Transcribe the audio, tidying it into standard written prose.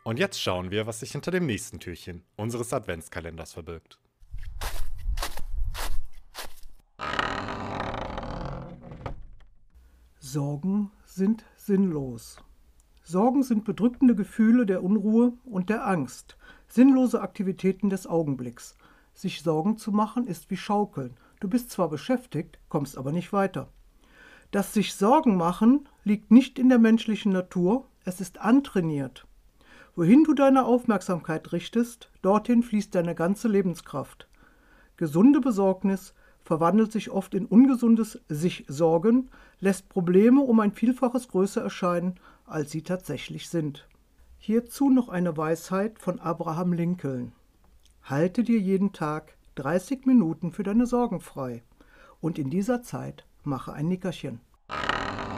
Und jetzt schauen wir, was sich hinter dem nächsten Türchen unseres Adventskalenders verbirgt. Sorgen sind sinnlos. Sorgen sind bedrückende Gefühle der Unruhe und der Angst, sinnlose Aktivitäten des Augenblicks. Sich Sorgen zu machen ist wie Schaukeln. Du bist zwar beschäftigt, kommst aber nicht weiter. Das sich Sorgen machen liegt nicht in der menschlichen Natur, es ist antrainiert. Wohin du deine Aufmerksamkeit richtest, dorthin fließt deine ganze Lebenskraft. Gesunde Besorgnis verwandelt sich oft in ungesundes sich Sorgen, lässt Probleme um ein Vielfaches größer erscheinen, als sie tatsächlich sind. Hierzu noch eine Weisheit von Abraham Lincoln. Halte dir jeden Tag 30 Minuten für deine Sorgen frei und in dieser Zeit mache ein Nickerchen.